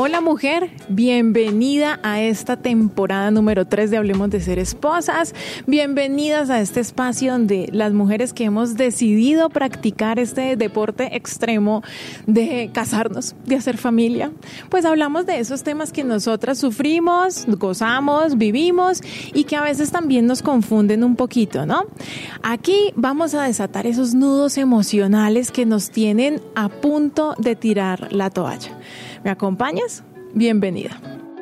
Hola mujer, bienvenida a esta temporada número 3 de Hablemos de Ser Esposas. Bienvenidas a este espacio donde las mujeres que hemos decidido practicar este deporte extremo de casarnos, de hacer familia, pues hablamos de esos temas que nosotras sufrimos, gozamos, vivimos y que a veces también nos confunden un poquito, ¿no? Aquí vamos a desatar esos nudos emocionales que nos tienen a punto de tirar la toalla. ¿Me acompañas? Bienvenida.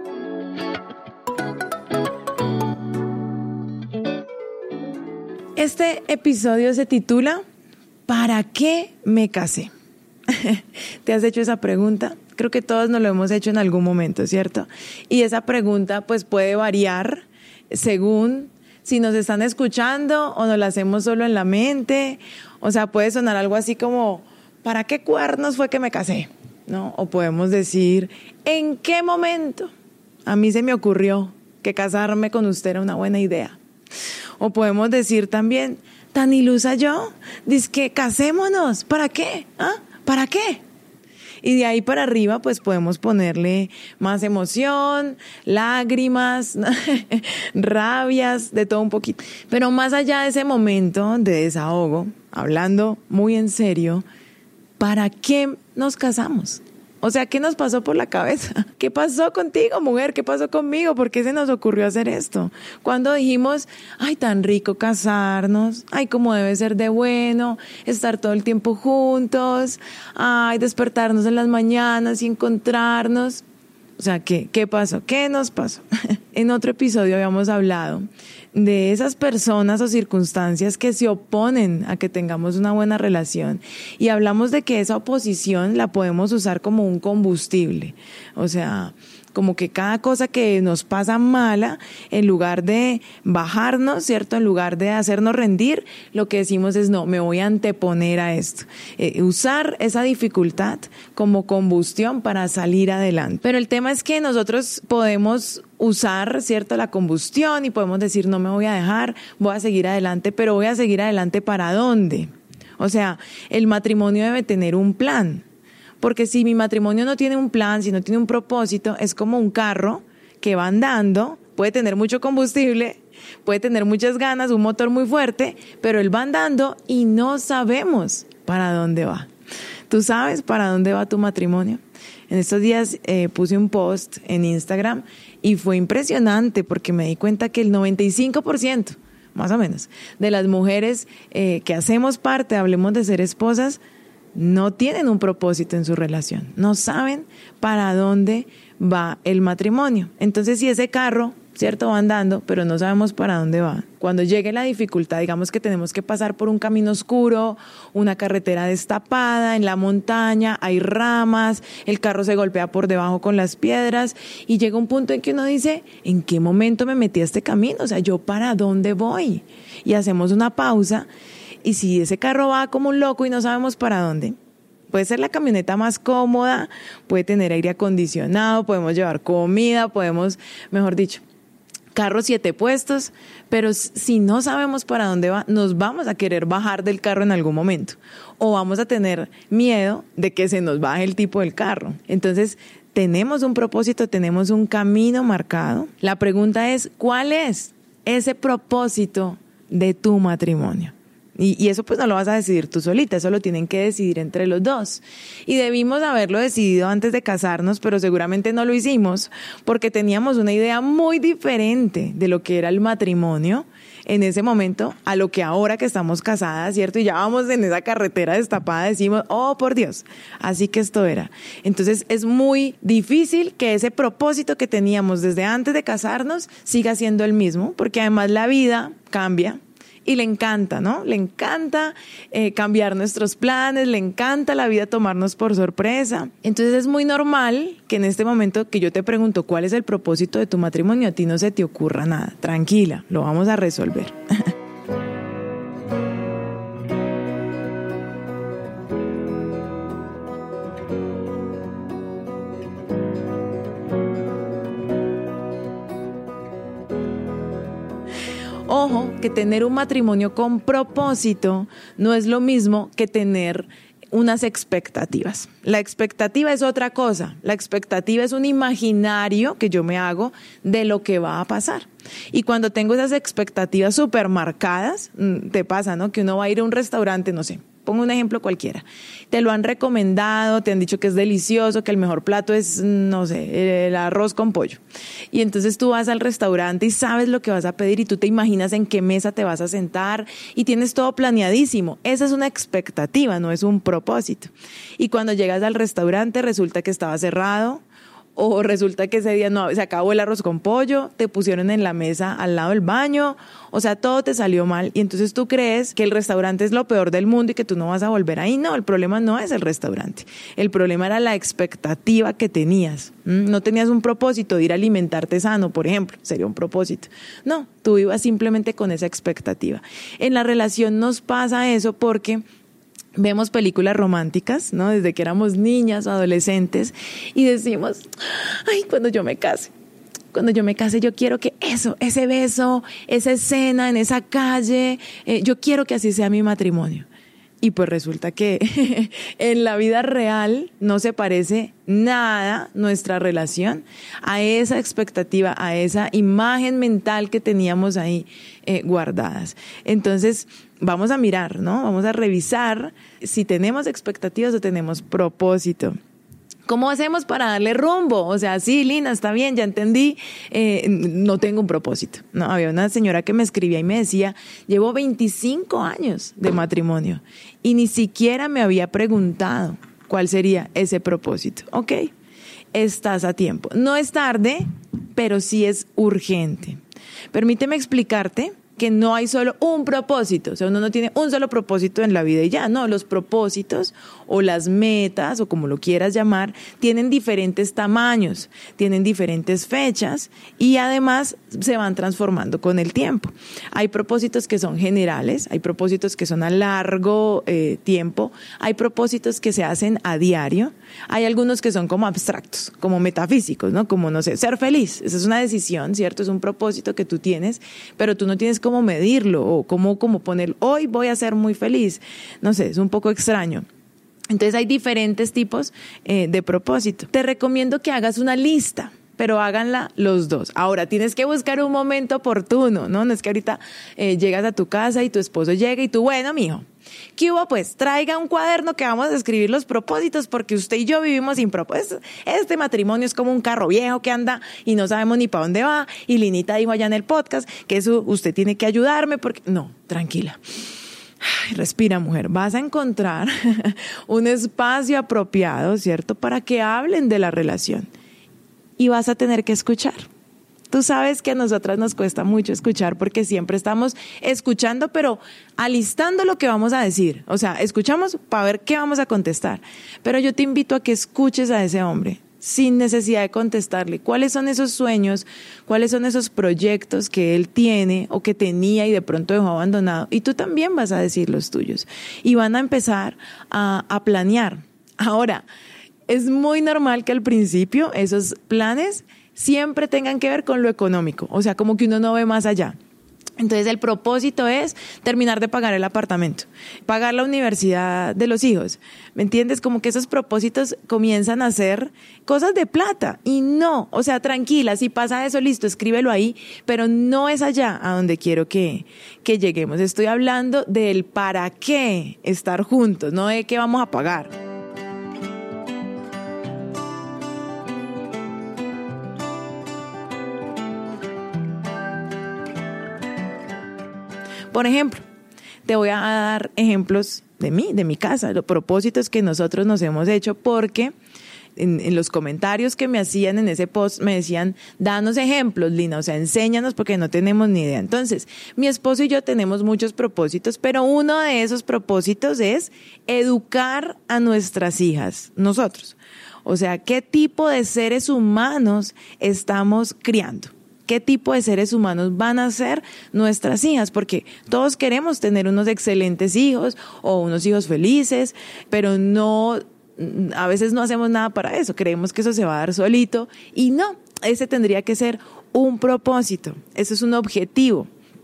Este episodio se titula ¿Para qué me casé? ¿Te has hecho esa pregunta? Creo que todos nos lo hemos hecho en algún momento, ¿cierto? Y esa pregunta pues puede variar según si nos están escuchando o nos la hacemos solo en la mente. O sea, puede sonar algo así como ¿para qué cuernos fue que me casé? ¿No? O podemos decir, ¿en qué momento a mí se me ocurrió que casarme con usted era una buena idea? O podemos decir también, tan ilusa yo, dice que casémonos, ¿para qué? ¿Ah? ¿Para qué? Y de ahí para arriba pues podemos ponerle más emoción, lágrimas, rabias, de todo un poquito. Pero más allá de ese momento de desahogo, hablando muy en serio, ¿para qué nos casamos? O sea, ¿qué nos pasó por la cabeza? ¿Qué pasó contigo, mujer? ¿Qué pasó conmigo? ¿Por qué se nos ocurrió hacer esto? Cuando dijimos, ay, tan rico casarnos, ay, cómo debe ser de bueno, estar todo el tiempo juntos, ay, despertarnos en las mañanas y encontrarnos. O sea, ¿qué pasó? ¿Qué nos pasó? En otro episodio habíamos hablado de esas personas o circunstancias que se oponen a que tengamos una buena relación y hablamos de que esa oposición la podemos usar como un combustible. O sea, como que cada cosa que nos pasa mala, en lugar de bajarnos, ¿cierto? En lugar de hacernos rendir, lo que decimos es no, me voy a anteponer a esto. Usar esa dificultad como combustión para salir adelante. Pero el tema es que nosotros podemos usar, ¿cierto? La combustión y podemos decir no me voy a dejar, voy a seguir adelante, pero voy a seguir adelante ¿para dónde? O sea, el matrimonio debe tener un plan. Porque si mi matrimonio no tiene un plan, si no tiene un propósito, es como un carro que va andando, puede tener mucho combustible, puede tener muchas ganas, un motor muy fuerte, pero él va andando y no sabemos para dónde va. ¿Tú sabes para dónde va tu matrimonio? En estos días puse un post en Instagram y fue impresionante porque me di cuenta que el 95%, más o menos, de las mujeres que hacemos parte, Hablemos de Ser Esposas, no tienen un propósito en su relación, no saben para dónde va el matrimonio. Entonces, si ese carro, ¿cierto?, va andando, pero no sabemos para dónde va. Cuando llegue la dificultad, digamos que tenemos que pasar por un camino oscuro, una carretera destapada, en la montaña, hay ramas, el carro se golpea por debajo con las piedras y llega un punto en que uno dice, ¿en qué momento me metí a este camino? O sea, ¿yo para dónde voy? Y hacemos una pausa. Y si ese carro va como un loco y no sabemos para dónde, puede ser la camioneta más cómoda, puede tener aire acondicionado, podemos llevar comida, podemos, mejor dicho, carro 7 puestos, pero si no sabemos para dónde va, nos vamos a querer bajar del carro en algún momento o vamos a tener miedo de que se nos baje el tipo del carro. Entonces, tenemos un propósito, tenemos un camino marcado. La pregunta es, ¿cuál es ese propósito de tu matrimonio? Y eso pues no lo vas a decidir tú solita, eso lo tienen que decidir entre los dos. Y debimos haberlo decidido antes de casarnos, pero seguramente no lo hicimos porque teníamos una idea muy diferente de lo que era el matrimonio en ese momento a lo que ahora que estamos casadas, ¿cierto? Y ya vamos en esa carretera destapada, decimos, oh, por Dios, así que esto era. Entonces es muy difícil que ese propósito que teníamos desde antes de casarnos siga siendo el mismo, porque además la vida cambia. Y le encanta, ¿no? Le encanta cambiar nuestros planes, le encanta la vida tomarnos por sorpresa. Entonces es muy normal que en este momento que yo te pregunto cuál es el propósito de tu matrimonio, a ti no se te ocurra nada. Tranquila, lo vamos a resolver. Ojo, que tener un matrimonio con propósito no es lo mismo que tener unas expectativas. La expectativa es otra cosa. La expectativa es un imaginario que yo me hago de lo que va a pasar. Y cuando tengo esas expectativas súper marcadas, te pasa, ¿no? Que uno va a ir a un restaurante, no sé, pongo un ejemplo cualquiera. Te lo han recomendado, te han dicho que es delicioso, que el mejor plato es, no sé, el arroz con pollo. Y entonces tú vas al restaurante y sabes lo que vas a pedir y tú te imaginas en qué mesa te vas a sentar y tienes todo planeadísimo. Esa es una expectativa, no es un propósito. Y cuando llegas al restaurante resulta que estaba cerrado, o resulta que ese día no, se acabó el arroz con pollo, te pusieron en la mesa al lado del baño, o sea, todo te salió mal y entonces tú crees que el restaurante es lo peor del mundo y que tú no vas a volver ahí. No, el problema no es el restaurante, el problema era la expectativa que tenías. No tenías un propósito de ir a alimentarte sano, por ejemplo, sería un propósito. No, tú ibas simplemente con esa expectativa. En la relación nos pasa eso porque vemos películas románticas, ¿no? Desde que éramos niñas o adolescentes y decimos, ay, cuando yo me case yo quiero que eso, ese beso, esa escena en esa calle, yo quiero que así sea mi matrimonio. Y pues resulta que en la vida real no se parece nada nuestra relación a esa expectativa, a esa imagen mental que teníamos ahí guardadas. Entonces, vamos a mirar, ¿no? Vamos a revisar si tenemos expectativas o tenemos propósito. ¿Cómo hacemos para darle rumbo? O sea, sí, Lina, está bien, ya entendí, no tengo un propósito. No, había una señora que me escribía y me decía, llevo 25 años de matrimonio y ni siquiera me había preguntado cuál sería ese propósito. Ok, estás a tiempo. No es tarde, pero sí es urgente. Permíteme explicarte que no hay solo un propósito, o sea, uno no tiene un solo propósito en la vida y ya, no, los propósitos o las metas o como lo quieras llamar, tienen diferentes tamaños, tienen diferentes fechas y además se van transformando con el tiempo. Hay propósitos que son generales, hay propósitos que son a largo tiempo, hay propósitos que se hacen a diario, hay algunos que son como abstractos, como metafísicos, ¿no? Como, no sé, ser feliz, esa es una decisión, ¿cierto? Es un propósito que tú tienes, pero tú no tienes cómo medirlo o cómo poner, hoy voy a ser muy feliz. No sé, es un poco extraño. Entonces hay diferentes tipos de propósito. Te recomiendo que hagas una lista, pero háganla los dos. Ahora, tienes que buscar un momento oportuno, ¿no? No es que ahorita llegas a tu casa y tu esposo llega y tú, bueno, mijo, ¿qué hubo? Pues traiga un cuaderno que vamos a escribir los propósitos porque usted y yo vivimos sin propósitos. Este matrimonio es como un carro viejo que anda y no sabemos ni para dónde va. Y Linita dijo allá en el podcast que eso usted tiene que ayudarme porque... No, tranquila. Ay, respira, mujer. Vas a encontrar un espacio apropiado, ¿cierto? Para que hablen de la relación. Y vas a tener que escuchar. Tú sabes que a nosotras nos cuesta mucho escuchar porque siempre estamos escuchando, pero alistando lo que vamos a decir. O sea, escuchamos para ver qué vamos a contestar. Pero yo te invito a que escuches a ese hombre sin necesidad de contestarle. ¿Cuáles son esos sueños? ¿Cuáles son esos proyectos que él tiene o que tenía y de pronto dejó abandonado? Y tú también vas a decir los tuyos. Y van a empezar a planear. Ahora, es muy normal que al principio esos planes siempre tengan que ver con lo económico, o sea, como que uno no ve más allá. Entonces el propósito es terminar de pagar el apartamento, pagar la universidad de los hijos, ¿me entiendes? Como que esos propósitos comienzan a ser cosas de plata y no, o sea, tranquila, si pasa eso, listo, escríbelo ahí, pero no es allá a donde quiero que lleguemos. Estoy hablando del para qué estar juntos, no de qué vamos a pagar. Por ejemplo, te voy a dar ejemplos de mi casa, los propósitos que nosotros nos hemos hecho, porque en los comentarios que me hacían en ese post me decían, danos ejemplos, Lina, o sea, enséñanos porque no tenemos ni idea. Entonces, mi esposo y yo tenemos muchos propósitos, pero uno de esos propósitos es educar a nuestras hijas, nosotros. O sea, ¿qué tipo de seres humanos estamos criando? ¿Qué tipo de seres humanos van a ser nuestras hijas? Porque todos queremos tener unos excelentes hijos o unos hijos felices, pero no, a veces no hacemos nada para eso. Creemos que eso se va a dar solito y no, ese tendría que ser un propósito. Ese es un objetivo.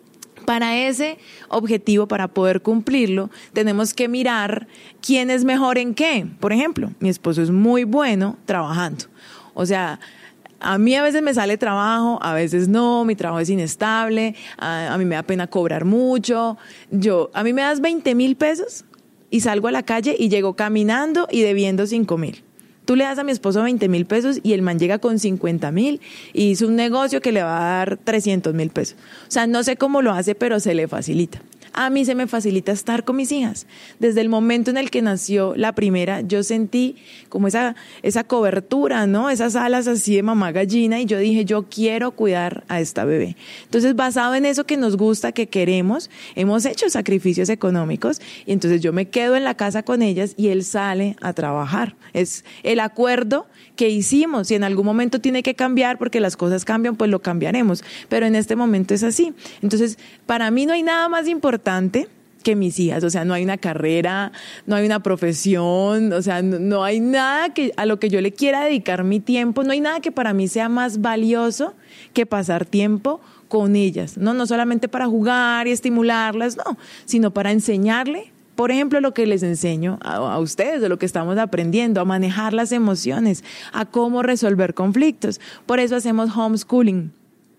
Para ese objetivo, para poder cumplirlo, tenemos que mirar quién es mejor en qué. Por ejemplo, mi esposo es muy bueno trabajando. O sea, a mí a veces me sale trabajo, a veces no, mi trabajo es inestable, a mí me da pena cobrar mucho. A mí me das 20,000 pesos y salgo a la calle y llego caminando y debiendo 5,000. Tú le das a mi esposo 20,000 pesos y el man llega con 50,000 y hizo un negocio que le va a dar 300,000 pesos. O sea, no sé cómo lo hace, pero se le facilita. A mí se me facilita estar con mis hijas. Desde el momento en el que nació la primera, yo sentí como esa cobertura, ¿no? Esas alas así de mamá gallina, y yo dije, yo quiero cuidar a esta bebé. Entonces, basado en eso que nos gusta, que queremos, hemos hecho sacrificios económicos, y entonces yo me quedo en la casa con ellas y él sale a trabajar. Es el acuerdo que hicimos. Si en algún momento tiene que cambiar porque las cosas cambian, pues lo cambiaremos. Pero en este momento es así. Entonces, para mí no hay nada más importante que mis hijas. O sea, no hay una carrera, no hay una profesión, o sea, no hay nada a lo que yo le quiera dedicar mi tiempo, no hay nada que para mí sea más valioso que pasar tiempo con ellas. No solamente para jugar y estimularlas, no, sino para enseñarle. Por ejemplo, lo que les enseño a ustedes, de lo que estamos aprendiendo, a manejar las emociones, a cómo resolver conflictos. Por eso hacemos homeschooling.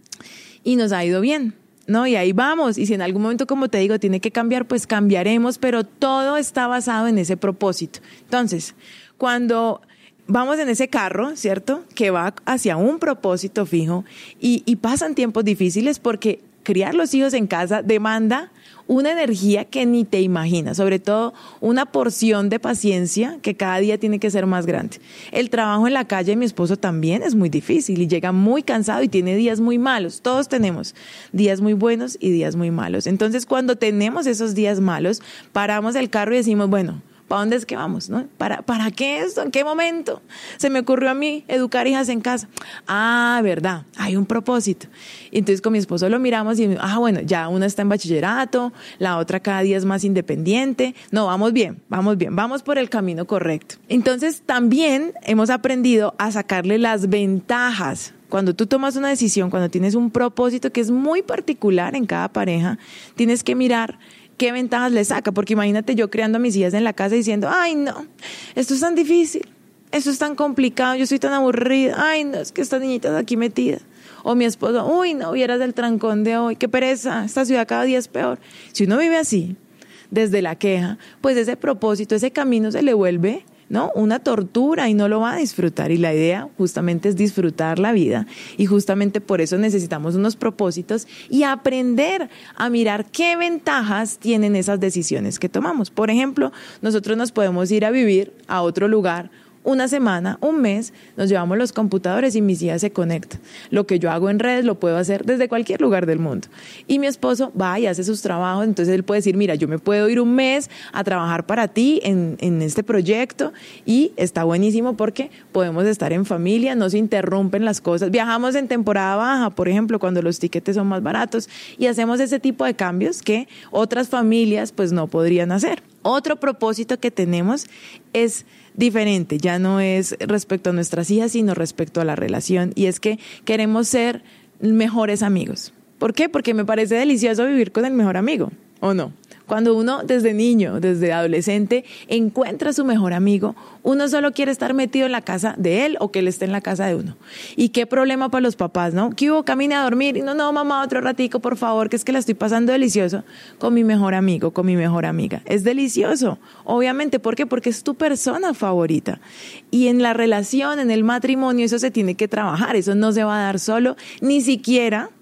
Y nos ha ido bien, ¿no? Y ahí vamos. Y si en algún momento, como te digo, tiene que cambiar, pues cambiaremos, pero todo está basado en ese propósito. Entonces, cuando vamos en ese carro, ¿cierto?, que va hacia un propósito fijo y pasan tiempos difíciles, porque criar los hijos en casa demanda una energía que ni te imaginas, sobre todo una porción de paciencia que cada día tiene que ser más grande. El trabajo en la calle de mi esposo también es muy difícil y llega muy cansado y tiene días muy malos. Todos tenemos días muy buenos y días muy malos. Entonces, cuando tenemos esos días malos, paramos el carro y decimos, bueno, ¿para dónde es que vamos, no? ¿Para qué esto? ¿En qué momento se me ocurrió a mí educar hijas en casa? Ah, verdad, hay un propósito. Y entonces con mi esposo lo miramos y bueno, ya una está en bachillerato, la otra cada día es más independiente. No, vamos bien, vamos por el camino correcto. Entonces también hemos aprendido a sacarle las ventajas. Cuando tú tomas una decisión, cuando tienes un propósito que es muy particular en cada pareja, tienes que mirar qué ventajas le saca, porque imagínate yo criando a mis hijas en la casa diciendo, ay no, esto es tan difícil, esto es tan complicado, yo estoy tan aburrida, ay no, es que estas niñitas aquí metidas. O mi esposo, uy no, vieras el trancón de hoy, qué pereza, esta ciudad cada día es peor. Si uno vive así, desde la queja, pues ese propósito, ese camino se le vuelve, ¿no?, una tortura y no lo va a disfrutar. Y la idea justamente es disfrutar la vida, y justamente por eso necesitamos unos propósitos y aprender a mirar qué ventajas tienen esas decisiones que tomamos. Por ejemplo, nosotros nos podemos ir a vivir a otro lugar una semana, un mes, nos llevamos los computadores y mis hijas se conectan. Lo que yo hago en redes lo puedo hacer desde cualquier lugar del mundo. Y mi esposo va y hace sus trabajos, entonces él puede decir, mira, yo me puedo ir un mes a trabajar para ti en este proyecto, y está buenísimo porque podemos estar en familia, no se interrumpen las cosas. Viajamos en temporada baja, por ejemplo, cuando los tiquetes son más baratos, y hacemos ese tipo de cambios que otras familias pues no podrían hacer. Otro propósito que tenemos es diferente, ya no es respecto a nuestras hijas, sino respecto a la relación, y es que queremos ser mejores amigos. ¿Por qué? Porque me parece delicioso vivir con el mejor amigo, ¿o no? Cuando uno desde niño, desde adolescente, encuentra a su mejor amigo, uno solo quiere estar metido en la casa de él o que él esté en la casa de uno. Y qué problema para los papás, ¿no? ¿Qué hubo? Camine a dormir. Y no, mamá, otro ratico, por favor, que es que la estoy pasando delicioso con mi mejor amigo, con mi mejor amiga. Es delicioso, obviamente. ¿Por qué? Porque es tu persona favorita. Y en la relación, en el matrimonio, eso se tiene que trabajar. Eso no se va a dar solo, ni siquiera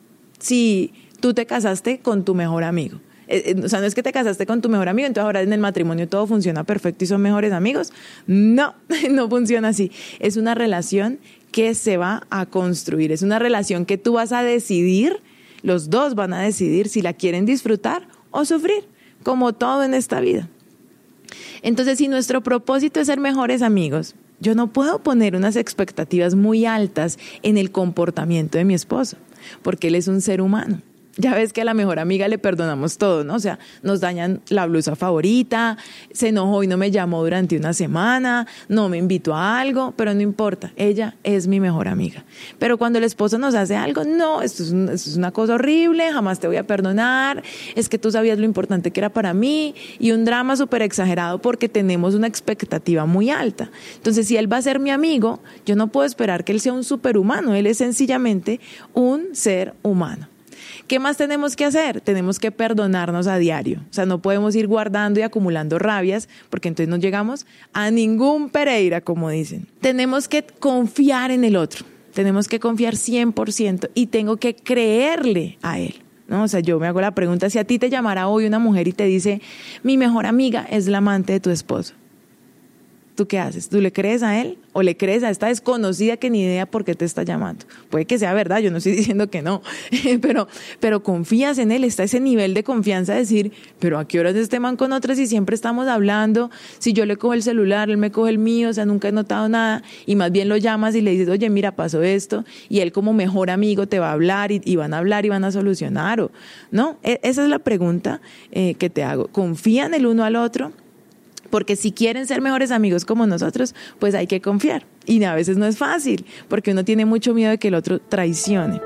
si tú te casaste con tu mejor amigo. O sea, no es que te casaste con tu mejor amigo, entonces ahora en el matrimonio todo funciona perfecto y son mejores amigos. No, no funciona así. Es una relación que se va a construir. Es una relación que tú vas a decidir, los dos van a decidir si la quieren disfrutar o sufrir, como todo en esta vida. Entonces, si nuestro propósito es ser mejores amigos, yo no puedo poner unas expectativas muy altas en el comportamiento de mi esposo, porque él es un ser humano. Ya ves que a la mejor amiga le perdonamos todo, ¿no? O sea, nos dañan la blusa favorita, se enojó y no me llamó durante una semana, no me invitó a algo, pero no importa, ella es mi mejor amiga. Pero cuando el esposo nos hace algo, no, esto es una cosa horrible, jamás te voy a perdonar, es que tú sabías lo importante que era para mí, y un drama súper exagerado porque tenemos una expectativa muy alta. Entonces, si él va a ser mi amigo, yo no puedo esperar que él sea un superhumano, él es sencillamente un ser humano. ¿Qué más tenemos que hacer? Tenemos que perdonarnos a diario. O sea, no podemos ir guardando y acumulando rabias, porque entonces no llegamos a ningún Pereira, como dicen. Tenemos que confiar en el otro. Tenemos que confiar 100% y tengo que creerle a él, ¿no? O sea, yo me hago la pregunta, si a ti te llamara hoy una mujer y te dice, mi mejor amiga es la amante de tu esposo, ¿tú qué haces? ¿Tú le crees a él o le crees a esta desconocida que ni idea por qué te está llamando? Puede que sea verdad, yo no estoy diciendo que no, pero confías en él, está ese nivel de confianza de decir, pero ¿a qué horas este man con otras y siempre estamos hablando? Si yo le cojo el celular, él me coge el mío, o sea, nunca he notado nada, y más bien lo llamas y le dices, oye, mira, pasó esto, y él como mejor amigo te va a hablar y van a hablar y van a solucionar, o ¿no? Esa es la pregunta que te hago. ¿Confían el uno al otro? Porque si quieren ser mejores amigos como nosotros, pues hay que confiar. Y a veces no es fácil, porque uno tiene mucho miedo de que el otro traicione.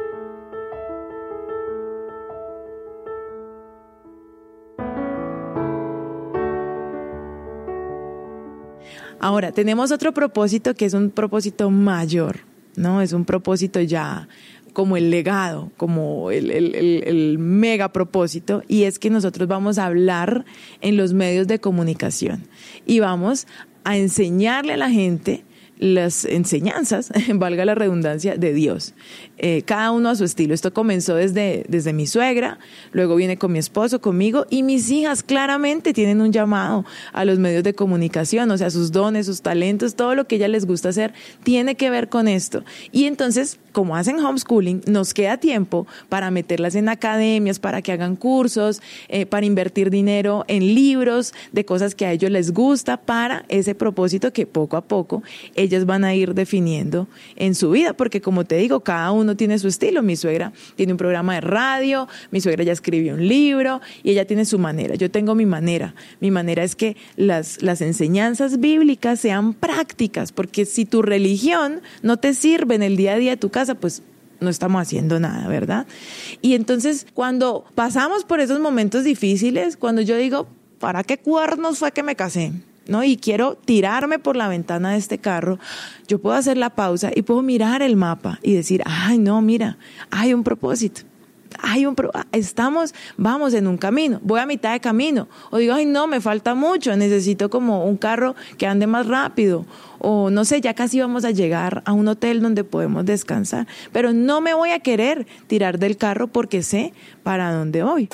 Ahora, tenemos otro propósito que es un propósito mayor, ¿no? Es un propósito ya como el legado, como el mega propósito, y es que nosotros vamos a hablar en los medios de comunicación y vamos a enseñarle a la gente las enseñanzas, valga la redundancia, de Dios. Cada uno a su estilo. Esto comenzó desde mi suegra, luego viene con mi esposo, conmigo, y mis hijas claramente tienen un llamado a los medios de comunicación, o sea, sus dones, sus talentos, todo lo que a ellas les gusta hacer tiene que ver con esto. Y entonces, como hacen homeschooling, nos queda tiempo para meterlas en academias, para que hagan cursos, para invertir dinero en libros de cosas que a ellos les gusta, para ese propósito que poco a poco ellas van a ir definiendo en su vida, porque como te digo, cada uno tiene su estilo. Mi suegra tiene un programa de radio, mi suegra ya escribió un libro y ella tiene su manera. Yo tengo mi manera. Mi manera es que las enseñanzas bíblicas sean prácticas, porque si tu religión no te sirve en el día a día de tu casa, pues no estamos haciendo nada, ¿verdad? Y entonces, cuando pasamos por esos momentos difíciles, cuando yo digo, ¿para qué cuernos fue que me casé? ¿No? Y quiero tirarme por la ventana de este carro, yo puedo hacer la pausa y puedo mirar el mapa y decir, ay, no, mira, hay un propósito. Vamos en un camino, voy a mitad de camino, o digo, ay no, me falta mucho, necesito como un carro que ande más rápido, o no sé, ya casi vamos a llegar a un hotel donde podemos descansar, pero no me voy a querer tirar del carro porque sé para dónde voy.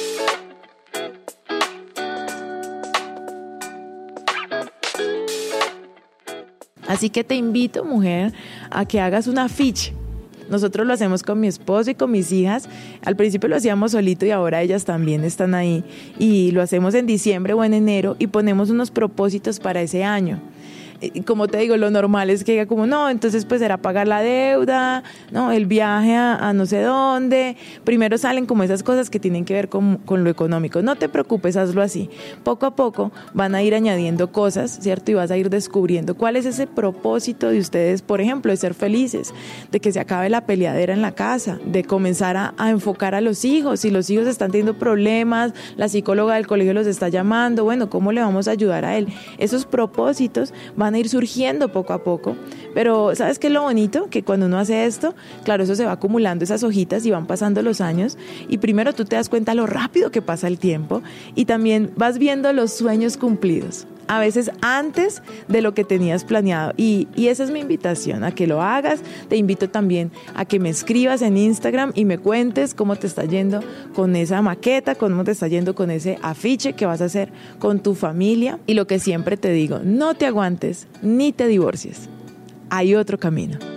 Así que te invito, mujer, a que hagas un afiche. Nosotros lo hacemos con mi esposo y con mis hijas. Al principio lo hacíamos solito y ahora ellas también están ahí. Y lo hacemos en diciembre o en enero y ponemos unos propósitos para ese año. Como te digo, lo normal es que diga como, no, entonces pues será pagar la deuda, no, el viaje a no sé dónde. Primero salen como esas cosas que tienen que ver con lo económico. No te preocupes, hazlo así. Poco a poco van a ir añadiendo cosas, ¿cierto? Y vas a ir descubriendo cuál es ese propósito de ustedes, por ejemplo, de ser felices, de que se acabe la peleadera en la casa, de comenzar a enfocar a los hijos. Si los hijos están teniendo problemas, la psicóloga del colegio los está llamando, bueno, ¿cómo le vamos a ayudar a él? Esos propósitos van a ir surgiendo poco a poco, pero ¿sabes qué es lo bonito? Que cuando uno hace esto, claro, eso se va acumulando, esas hojitas, y van pasando los años, y primero tú te das cuenta lo rápido que pasa el tiempo, y también vas viendo los sueños cumplidos, a veces antes de lo que tenías planeado, y esa es mi invitación, a que lo hagas. Te invito también a que me escribas en Instagram y me cuentes cómo te está yendo con esa maqueta, cómo te está yendo con ese afiche que vas a hacer con tu familia. Y lo que siempre te digo, no te aguantes ni te divorcies, hay otro camino.